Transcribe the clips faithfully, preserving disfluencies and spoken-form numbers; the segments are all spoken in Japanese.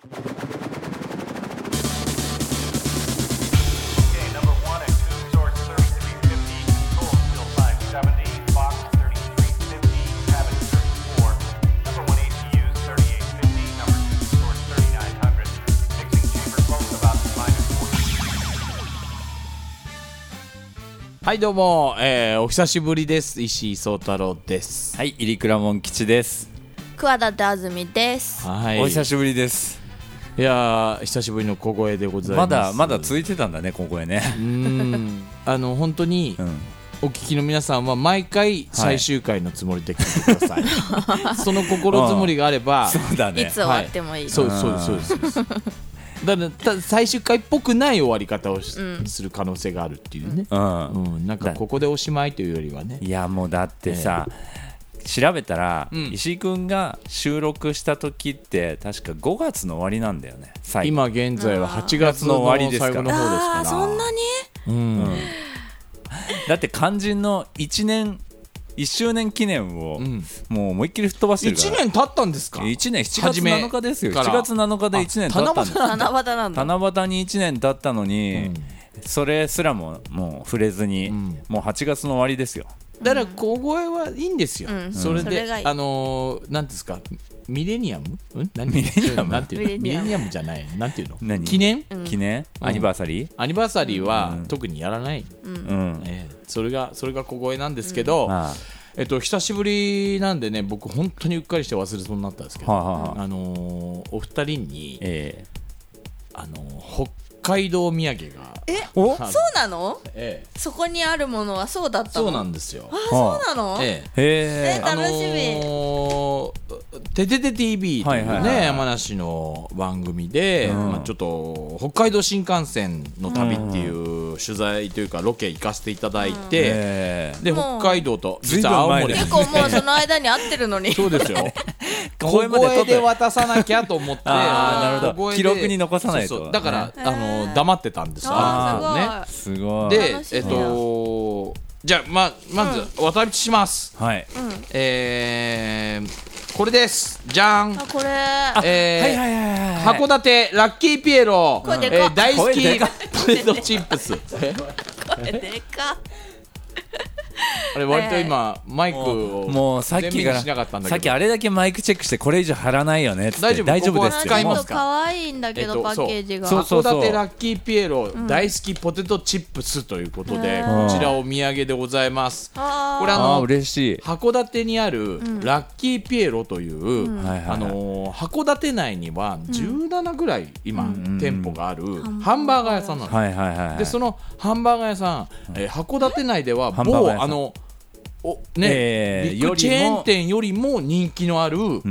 はいどうも、えー、お久しぶりです。石井壮太郎です。 はい、入倉門吉です。 桑田あずみです。 はい、 お久しぶりです。 いや久しぶりの小声でございます。 まだまだ続いてたんだね、小声ね。 うーんあの本当に、うん、お聞きの皆さんは毎回最終回のつもりで聞いてください、はい、その心づもりがあればそうだね、 いつ終わってもいい、 はい、そうそうそうですだから最終回っぽくない終わり方を す,、うん、する可能性があるっていうね、うんうん、なんかここでおしまいというよりはね。 いやもうだってさ、えー、調べたら、うん、石井くんが収録した時って確かごがつの終わりなんだよね。 今現在ははちがつの終わりですから。最後の方ですから。 あそんなに、 うんうん、 だって肝心のいちねんいっしゅうねん記念を、うん、もう思いっきり吹っ飛ばしてるから。 いちねん経ったんですか。 いちねんしちがつなのかですよ。しちがつなのかでいちねん経ったんです。 七夕なんだ。 七夕にいちねん経ったのに、うん、それすらももう触れずに、うん、もうはちがつの終わりですよ。 だから小声はいいんですよ、うん、それで、 うん、 あのー、なんですかミレニアム、うん、何ミレニアムなんていうのミレニアムじゃないなんていうの何記念、 うん、記念アニバーサリー、 アニバーサリーは、うん、特にやらない、うんうんえー、それがそれが小声なんですけど、うんああえっと、久しぶりなんでね、僕本当にうっかりして忘れそうになったんですけど、はあはああのー、お二人に、えーあのー、北海道土産がえそうなの、 ええ、 そこにあるものはそうだったの。 そうなんですよ。 あそうなの、 ええ、 えー、楽しみ、 あのー、ててて ティービー というね、はいはいはい、山梨の番組で、うんまあ、ちょっと北海道新幹線の旅っていう取材というかロケ行かせていただいて、うん、で北海道と実は青森結構もうその間に会ってるのにそうですよ小声で渡さなきゃと思ってあなるほど記録に残さないと。 そうそうだから、あのー、黙ってたんですよ。 あすごい、ね、すごいでえっとじゃあ ま, まずお渡しします、 うん、はい、 えー、これです。じゃん。 あこれ、 えーはいはいはいはい、 函館ラッキーピエロ、 これでか、 えー、大好きポテトチップスこれでかあれ割と今マイクをもうさっきからさっきあれだけマイクチェックしてこれ以上貼らないよねって大丈夫、 大丈夫です使いますか。可愛いんだけど、えっと、パッケージが函館ラッキーピエロ、うん、大好きポテトチップスということで、こちらお土産でございます。これあのあ嬉しい函館にあるラッキーピエロという、うん、あの函館内にはじゅうななぐらい今、うん、店舗がある、うん、ハンバーガー屋さんなんです、はいはいはいはい、でそのハンバーガー屋さん、えー、函館内では某あのおねえー、ビッグチェーン店よりも人気のある、うん、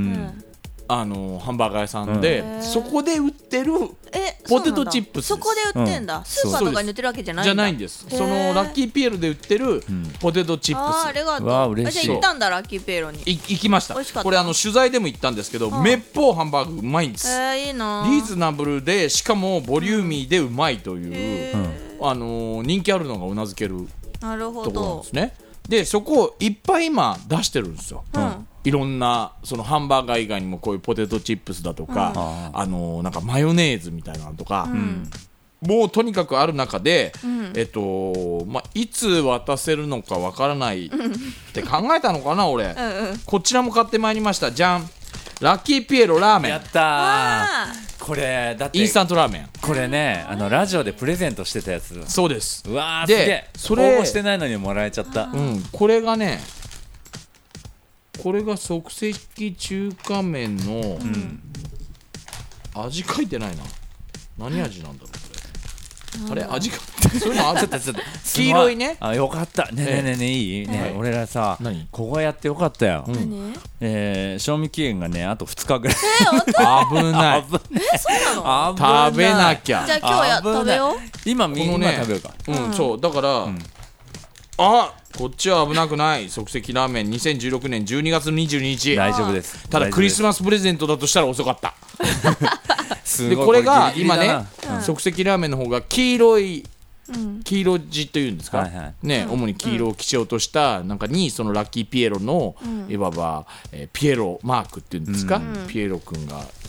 あのハンバーガー屋さんで、うん、そこで売ってるポテトチップスです。 そこで売ってんだ、うん、スーパーとかに売ってるわけじゃないんだ。 じゃないんです。そのラッキーピエロで売ってるポテトチップス、 うん、あ, ありがとう。 わ嬉しい。 じゃあ行ったんだラッキーピエロに。 い行きました。 美味しかった。 これあの取材でも行ったんですけど、うん、めっぽうハンバーグうまいんです。 えー、いいな。 リーズナブルでしかもボリューミーでうまいという、うん、あのー、人気あるのがうなずけるなるほどところなんですね。でそこをいっぱい今出してるんですよ、うん、いろんなそのハンバーガー以外にもこういうポテトチップスだとか、うん、あのなんかマヨネーズみたいなのとか、うん、もうとにかくある中で、うん、えっとまあ、いつ渡せるのかわからないって考えたのかな俺、うんうん、こちらも買ってまいりました。じゃん、ラッキーピエロラーメン。 やったー。これだってインスタントラーメン。 これねあのラジオでプレゼントしてたやつ。 そうです。 うわーすげえ。それ応募してないのにもらえちゃった、 うん、これがねこれが即席中華麺の、うん、味書いてないな。何味なんだろうこれ。あれ味がそういうのある。黄色いね。 あよかったねえねえねえねえいいね、はい、俺らさここやってよかったよ、うんえー、賞味期限がねあとふつかぐらい、 えー、 危ない。 えそうなの。 食べなきゃ。 じゃあ今日や食べよう。 今みんな食べようか、 うん、そうだから、うん、あこっちは危なくない。即席ラーメンにせんじゅうろくねんじゅうにがつにじゅうににち。 大丈夫です。 ただクリスマスプレゼントだとしたら遅かったでこれが今ね、うん、即席ラーメンの方が黄色い、うん、黄色地というんですか、はいはいね、うん、主に黄色を基調としたなんかにそのラッキーピエロの、うん、いわば、えー、ピエロマークっていうんですか、うん、ピエロ君が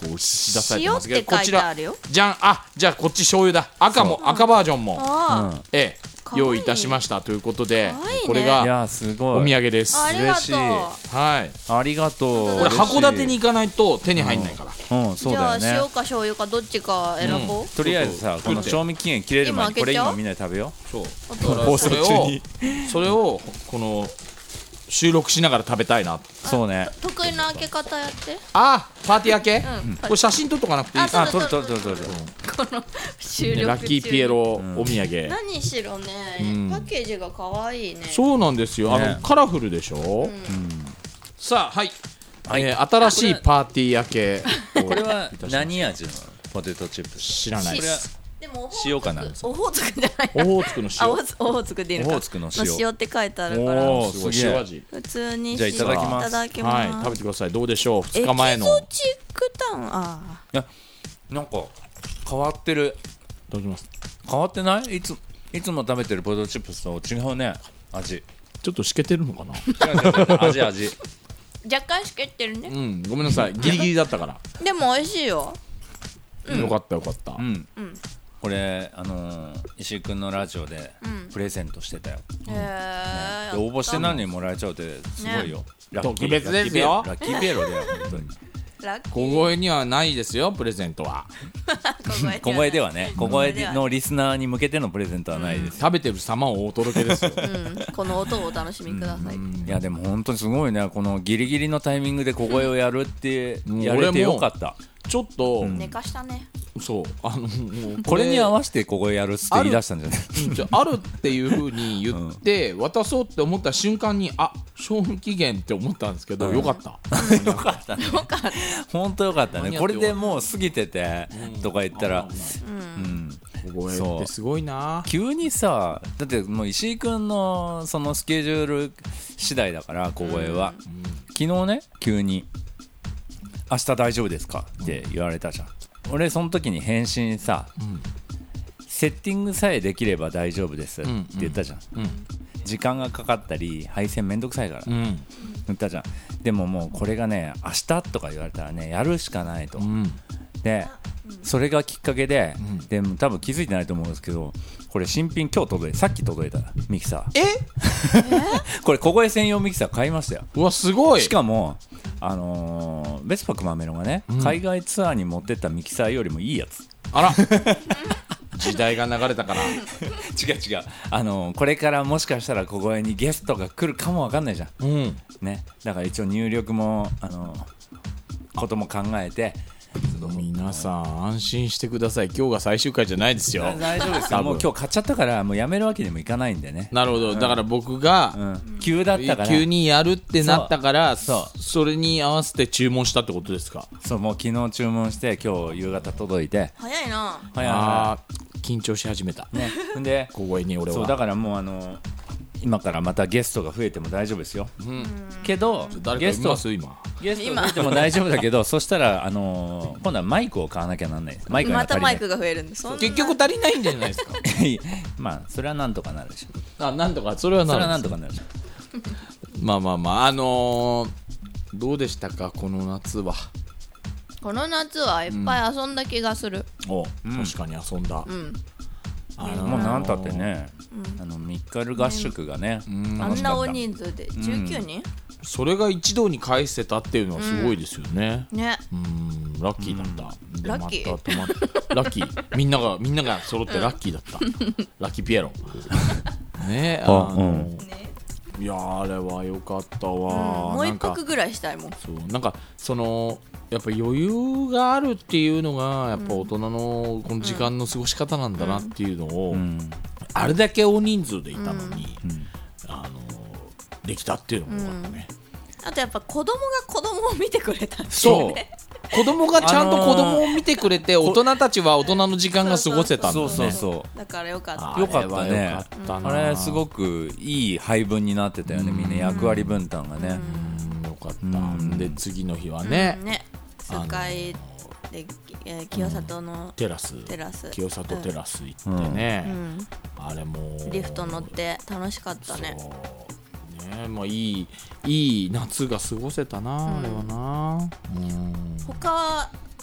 こう映し出されてますけど、 塩って書いてあるよ。 こちらじゃん、あ、じゃあこっち醤油だ。赤も赤バージョンも、 あええ、 かわいい用意いたしましたということで、 かわいいねこれいがやすごいお土産です。 ありがとう。 はい。 ありがとう。 これ函館に嬉し行かないと手に入んないから。 い、うん、そうじゃあだよね。 塩か醤油かどっちか選ぼう。 とりあえずさ、この賞味期限切れる前にこれ今開けちゃう今みんなで食べよそう。 あとだからそれをそれをこの収録しながら食べたいな。 う。そうね。 得意な開け方やって。 あ、パーティー開け？ うんこれ写真撮っとかなくていい？ ああ、取る取る取る取る。 この収録中ねラッキーピエロお土産。 何しろね、 うんパッケージが可愛いね。 そうなんですよ。あねのカラフルでしょ。さあ、はい。 はいえー新しいパーティー焼け。 これは何味のポテトチップス？ 知らないでこれはす。 でも塩かなオホーツクじゃない。 オホーツクのあ、オ塩。 ホーツクでいいのか。 オホーツクの塩まあ塩って書いてあるから。 おーすごいすげえ塩味。 普通にじゃあいただきますいただきます。 はい、食べてください。どうでしょう。二日前の。 エキゾチックタウン、あいやなんか変わってる。 いただきます。 変わってない？いついつも食べてるポテトチップスと違うね。味。 ちょっとしけてるのかな。 違う違う違う味味。 ー若干しけってるね。 うん、ごめんなさい。ギリギリだったから。 でも美味しいよ。 よかったよかった。 うん。これあのー石井くんのラジオでプレゼントしてたよ。 へで応募して何人もらえちゃうってすごいよ。ラッキー特別ですよラッキーピエロだよ本当に。 ラッキー。 小声にはないですよ、プレゼントは。 小声ではね、小声ではのリスナーに向けてのプレゼントはないです。 食べてる様をお届けですよ。 うん、この音をお楽しみください。 いやでも本当にすごいね、このギリギリのタイミングで小声をやるってんやれてよかった。 ちょっと、 寝かしたね。 そう、あの、もうこれに合わわせて小声やるって言い出したんじゃない？ あるっていうふうに言って、渡そうって思った瞬間に、あ、賞味期限って思ったんですけど、よかった。 よかったね。本当よかったね。これでもう過ぎててとか言ったら、うん。 小声ってすごいな。 急にさ、だってもう石井くんのそのスケジュール次第だから小声は、昨日ね急に明日大丈夫ですかって言われたじゃん。俺その時に返信さ、セッティングさえできれば大丈夫ですって言ったじゃん、時間がかかったり配線めんどくさいから、 うん。 言ったじゃん。でももうこれがね明日とか言われたらねやるしかないと、 うん。 でそれがきっかけで、でも多分気づいてないと思うんですけど、これ新品今日届いてさっき届いたミキサー。 えこれ小声専用ミキサー買いましたよ。 うわ、すごい。 しかもあのーベスパクマメロがね、海外ツアーに持ってったミキサーよりもいいやつ。 あら。時代が流れたから。 違う違う、あのーこれからもしかしたら小声にゲストが来るかもわかんないじゃんうん。 ね。だから一応入力もあのーことも考えて、 皆さん安心してください。今日が最終回じゃないですよ。 大丈夫ですよ。 多分もう今日買っちゃったからもうやめるわけにもいかないんでね。 なるほど。だから僕が、 うん、急だったから急にやるってなったからそそそれに合わせて注文したってことですか？ そう、もう昨日注文して今日夕方届いて、 早いな。 はいあはー緊張し始めたいね。で小声に俺はそうだからもうあの今からまたゲストが増えても大丈夫ですよ、けど誰かいゲストます今ゲスト増えても大丈夫だけどそしたらあのー今度はマイクを買わなきゃなんないです。マイクがま足りないたマイクが増えるんです。そんな結局足りないんじゃないですか？ まあそれはなんとかなるでしょ。 あ、なんとかそれはそれはなんなんとかなるでしょ。 まあまあまああのー、どうでしたかこの夏は？ この夏はいっぱい遊んだ気がする。 お、確かに遊んだ、 うん。 あのーもうなんたってね、あのミッカル合宿がね、 あんな大人数でじゅうきゅうにん？ それが一堂に会せたっていうのはすごいですよね。 ね。 うん、ラッキーだった。でラッキーまた止まっラッキー。みんながみんなが揃ってラッキーだった。ラッキーピエロ。ねえ、あのうんいやーあれは良かったうんわ。 もうなんか一泊ぐらいしたいもん。 そうなんかそのやっぱ余裕があるっていうのがやっぱ大人のこの時間の過ごし方なんだなっていうのを、 うんあれだけ大人数でいたのに、あのできたっていうのも良かったね。 あとやっぱ子供が子供を見てくれたっていうそうね。 子供がちゃんと子供を見てくれて、大人たちは大人の時間が過ごせたんだね。 そうそうそう。 だからよかった。 あよかったね。 あれはよかったなあれすごくいい配分になってたよね。みんな役割分担がね。 うんよかった。で次の日はね、 ね。数回で、えー清里のテラステラス清里テラス行ってね、 うんあれもリフト乗って楽しかったね。 そうね、まあいいいい夏が過ごせたな、あれはな。うん他は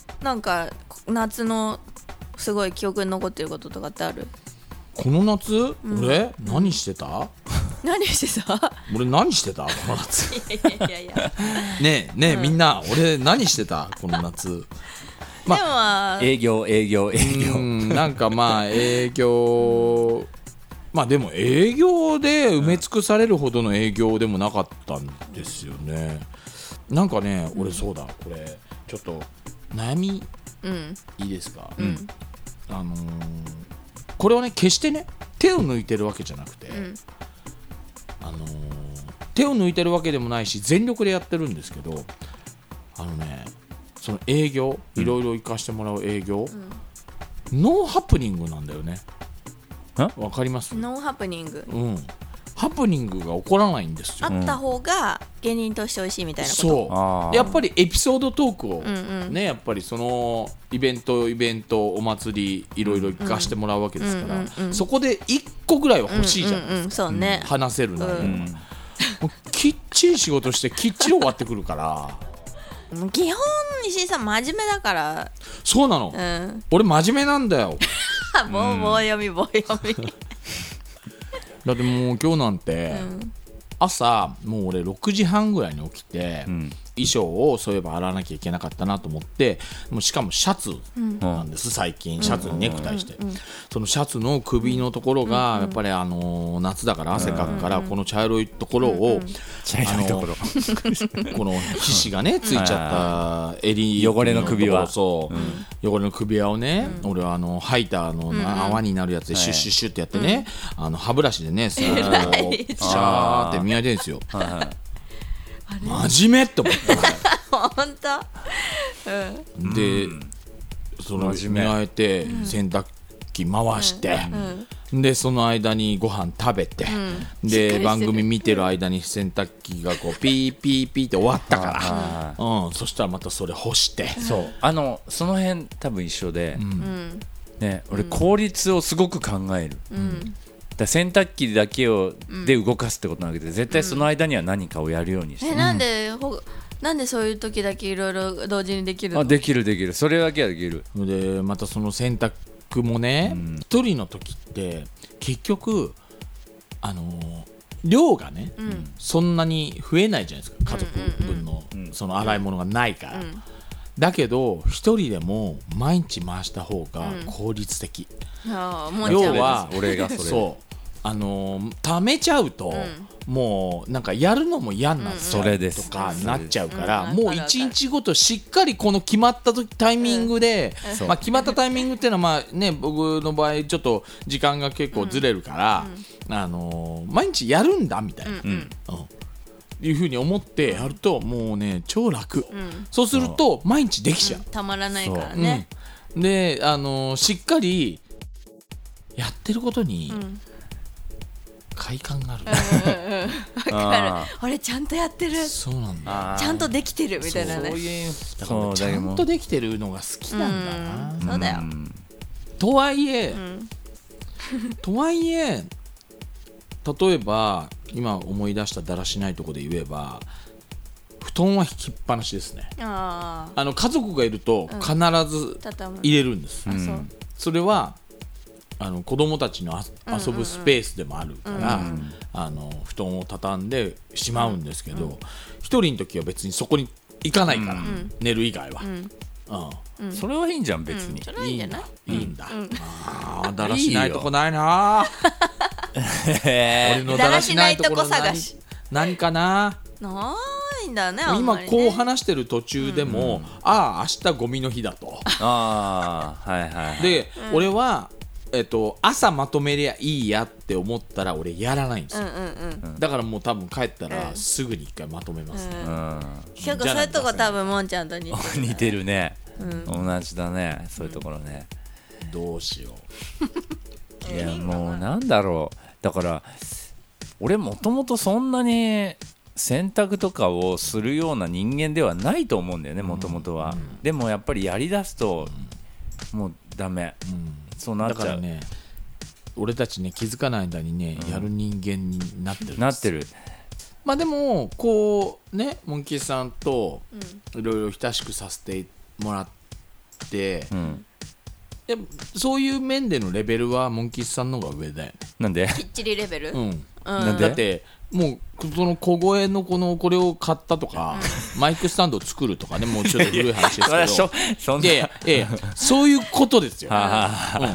なんか夏のすごい記憶に残ってることとかってある？ この夏、うん、俺、うん、何してた？ 何してた？ 俺何してたこの夏。 いやいやいやいやねえねえ、うん、みんな俺何してたこの夏。 までも営業営業営業なんかまあ営業まあでも営業で埋め尽くされるほどの営業でもなかったんですよね。なんかね、俺そうだ、これちょっと悩み、うん、いいですか、うん、あのー、これはね決してね手を抜いてるわけじゃなくて、うん、あのー、手を抜いてるわけでもないし全力でやってるんですけど、あのねその営業いろいろ行かしてもらう営業、うん、ノーハプニングなんだよね。わかります？ ノーハプニング、 うん、ハプニングが起こらないんですよ。 あった方が芸人として美味しいみたいなこと。 そうやっぱりエピソードトークを、うんうん、ねやっぱりそのイベントイベントお祭りいろいろ行かしてもらうわけですから、うんうんうん、そこでいっこぐらいは欲しいじゃないですか、うんうんうん、そうね、話せるの、うん、もうきっちり仕事してきっちり終わってくるから基本石井さん真面目だから。 そうなの、うん、俺真面目なんだよもう棒読み棒読みだってもう今日なんて、うん、朝もう俺ろくじはんぐらいに起きて、うん、衣装をそういえば洗わなきゃいけなかったなと思ってもうしかもシャツなんです、うん、最近シャツにネクタイして、うんうんうん、そのシャツの首のところがやっぱりあのー、夏だから汗かくからこの茶色いところを、うんうん、 茶色いところこの皮脂がねついちゃった襟汚れの首輪そう、うん、汚れの首輪をね、うん、俺はあのハイターの泡になるやつでシュッシュッシュッってやってね、うん、あの歯ブラシでねシャーって磨いてるんですよ真面目って思って本当、 うん、でその磨いて洗濯機回して、うん、でその間にご飯食べて、うん、で番組見てる間に洗濯機がこうピーピーピーって終わったから、うん、そしたらまたそれ干してそうあのその辺多分一緒で、うんね、俺効率をすごく考える、うんだ洗濯機だけをで動かすってことなわけで、絶対その間には何かをやるようにして、 うん、えなんでほなんでそういう時だけいろいろ同時にできるの？ あできるできるそれだけはできる。 でまたその洗濯もね一、うん、人の時って結局あのー、量がね、うん、そんなに増えないじゃないですか家族分の、うんうんうん、その洗い物がないから、うん、だけど一人でも毎日回した方が効率的、うん、あもう要は俺がそれそうあのー、貯めちゃうと、うん、もうなんかやるのも嫌になっちゃうとかなっちゃうから、うん、もう一日ごとしっかりこの決まったタイミングで、うんまあ、決まったタイミングっていうのは、まあね、僕の場合ちょっと時間が結構ずれるから、うんあのー、毎日やるんだみたいな、うんうんうんいうふうに思ってやるともうね超楽、うん、そうすると毎日できちゃう、うん、 たまらないからね、 うん、で、あのー、しっかりやってることに、うん快感がある、 うんうんうん、分かる俺ちゃんとやってるそうなんだちゃんとできてるみたいなねそういうだからちゃんとできてるのが好きなんだな、 うん、そうだよ、うん、 とはいえ、うん、とはいえ例えば今思い出しただらしないところで言えば布団は引きっぱなしですね。ああの家族がいると必ず入れるんです、うんうん、それはあの子供たちの遊ぶスペースでもあるから、うんうん、あの布団を畳んでしまうんですけど、うん、一人の時は別にそこに行かないから、うん、寝る以外は、うんうん、それはいいんじゃん別に、 うん、いいんじゃないいいんだ、うん、あだらしないとこないな俺のだらしないところ何、何かなないんだね今こう話してる途中でも、うん、ああ明日ゴミの日だとあ、はいはいはい、 で、うん、俺はえっと、朝まとめりゃいいやって思ったら俺やらないんですよ、うんうんうん、だからもう多分帰ったらすぐに一回まとめますね、うんうん、結構そういうとこ多分もんちゃんと似てる、 ね、似てるね、うん、同じだねそういうところね、 うん、どうしよういやもうなんだろうだから俺もともとそんなに洗濯とかをするような人間ではないと思うんだよねもともとは、うん、でもやっぱりやりだすともうダメ、うんそうなっちゃうだからね俺たちね気づかない間にね、うん、やる人間になってるんですなってるまあでもこうねモンキーさんといろいろ親しくさせてもらって、 うん、 いやそういう面でのレベルはモンキースさんの方が上だよね。 なんできっちりレベル、 うんうん、 なんでだってもうその小声のこのこれを買ったとか、マイクスタンドを作るとかね、もうちょっと古い話ですけどそそんないやいやいやいやそういうことですよ、うん、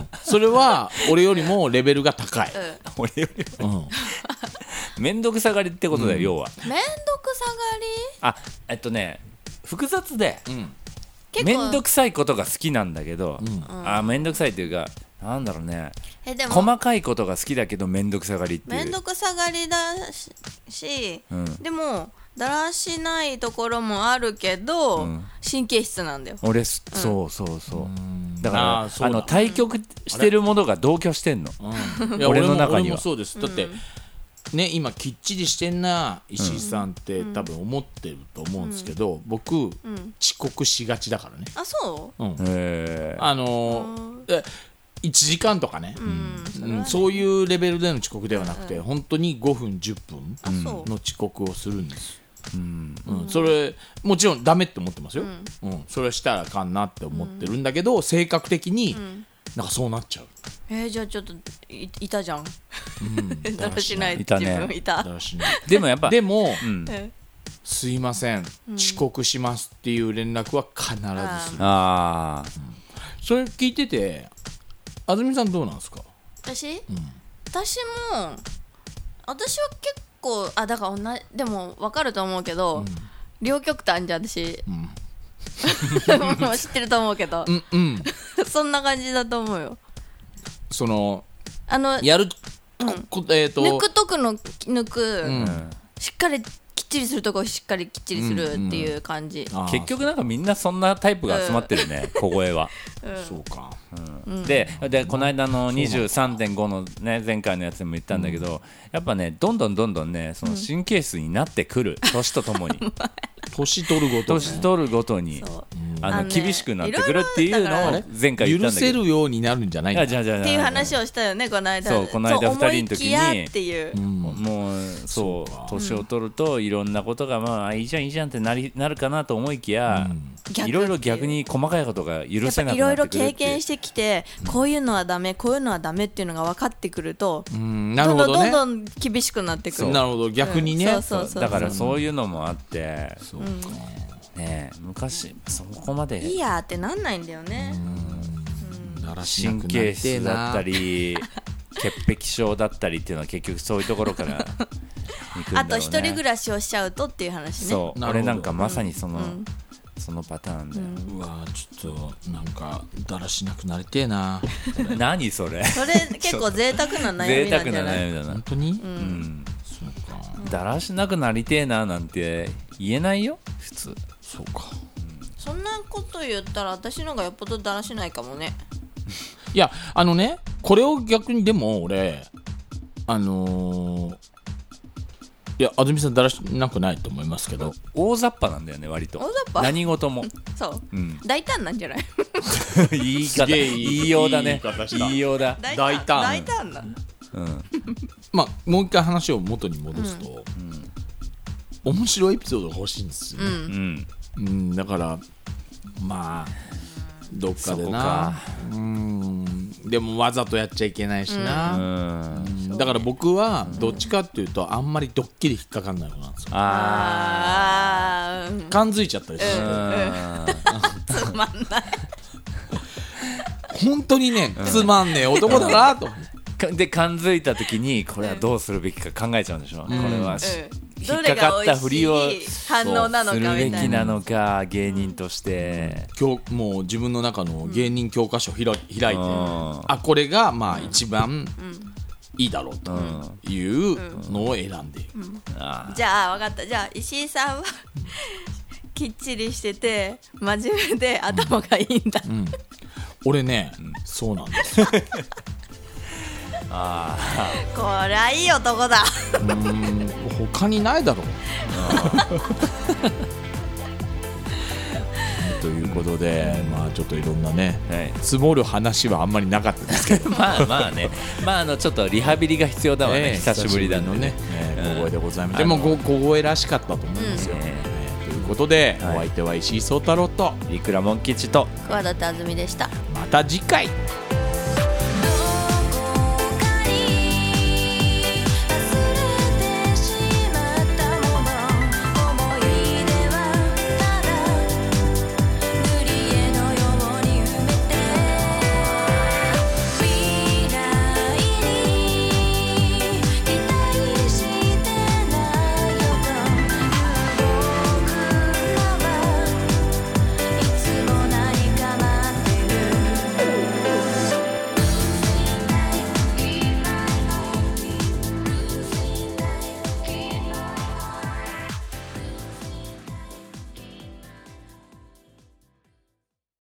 それは俺よりもレベルが高い、 俺よりうんも面倒くさがりってことだよ、 うん要は。 めんどくさがあえっとね複雑でうんり面倒くさいことが好きなんだけど、 うんあ面倒くさいっていうかなんだろうね、 えでも細かいことが好きだけど面倒くさがりっていう。 めんどくさがりだし、 うん、 でもだらしないところもあるけど、 うん、 神経質なんだよ。 俺、うん、そうそうそう、うん、だからああの対極してるものが同居してんの、 うん、いや俺の中には。 俺もそうです。だって、うんね、今きっちりしてんな石井さんって多分思ってると思うんですけど、うん、僕、うん、遅刻しがちだからね。 あそう、 うん、 へあのー、いちじかんとかね、うんうん、そういうレベルでの遅刻ではなくて、うん、本当にごふんじゅっぷんの遅刻をするんです、うんうん、それもちろんダメって思ってますよ、うんうん、それはしたらあかんなって思ってるんだけど、性格的になんかそうなっちゃう。 えー、じゃあちょっと い, いたじゃん、 うん、 だらしないいたね、 自分いた。 だらしないでもやっぱでも、 うん、 すいません、うん、遅刻しますっていう連絡は必ずする。 あ、 うん、それ聞いててあずみさんどうなんですか。 私、うん、私も私は結構あだから同じでも分かると思うけど、うん、両極端じゃん私、うん、もう知ってると思うけど、うんうん、そんな感じだと思うよ。 そのあのやる、 うんえー、と抜くとくの抜く、 うん、 しっかりきっちりするとこしっかりきっちりするっていう感じ、 うんうん、結局なんかみんなそんなタイプが集まってるね、うん、小声は、 うん、そうか、 うん、で, でこの間の にじゅうさんてんご の、ね、前回のやつでも言ったんだけど、うん、やっぱねどんどんどんどんねその神経質になってくる、うん、年とともに年取るごとに、ね、 年取るごとにあの、ね、厳しくなってくるっていうのを前回言ったんだけど、許せるようになるんじゃないんだじゃじゃっていう話をしたよねこの間。 そうこの間ふたりの時にっていう、うん、 もうそう年を取るといろんなことがまあいいじゃんいいじゃんってなりなるかなと思いきや、うん、いろいろ逆に細かいことが許せなくなってくるっていう。いろいろ経験してきて、うん、こういうのはダメこういうのはダメっていうのが分かってくると、 うん、なるほどね、 どんどん厳しくなってくる。 なるほど逆にね、 うん、そうそうそうそうだからそういうのもあって、 そうか、 ね、昔そこまでいいやってなんないんだよね。 うん、神経質だったり潔癖症だったりっていうのは結局そういうところから行くんだろうね。 あと一人暮らしをしちゃうとっていう話ね。 そう俺なんかまさにその、うん、そのパターンで、 うん、うわちょっとなんかだらしなくなりてえな何それそれ結構贅沢な悩みなんじゃない？ 贅沢な悩みだな本当に、うんうん、 そうか、 だらしなくなりてえななんて言えないよ普通。 そうか、 うん、そんなこと言ったら私の方がよっぽどだらしないかもね。 いやあのねこれを逆にでも俺あのー、いや安住さんだらしなくないと思いますけど大雑把なんだよね割と。 大雑把何事もそう、 うん、 大胆なんじゃない言い方言いようだね言いようだ大胆大胆な、 うん、 まあもう一回話を元に戻すと、うんうん、面白いエピソードが欲しいんですよね、うんうん、だからまあどっかでなうーんでもわざとやっちゃいけないしな、うんうん、だから僕はどっちかっていうとあんまりドッキリ引っかかんない子なんですよ。 あー感づいちゃったりして、うんうん、 つまんない本当にねつまんねえ男だなとで感づいた時にこれはどうするべきか考えちゃうんでしょ、うん、これは、うん引っかかったふりを反応なのかみたいなするべきなのか芸人として、 うん、もう自分の中の芸人教科書を開いて、うん、あこれがまあ一番いいだろうというのを選んでいる、うんうん、 あじゃあ分かった。じゃあ石井さんはきっちりしてて真面目で頭がいいんだ、うん、 俺ね、うん、そうなんですあこりゃいい男だうーん他にないだろうということで、まあちょっといろんなね、はい、積もる話はあんまりなかったですけどまあまあねまああのちょっとリハビリが必要だわね、えー、久しぶりだのね、 えー、小声でございます。でも小声らしかったと思いますよ、うんえー、ということで、はい、お相手は石井壮太郎といくらもん吉と桑田あずみでした。 また次回。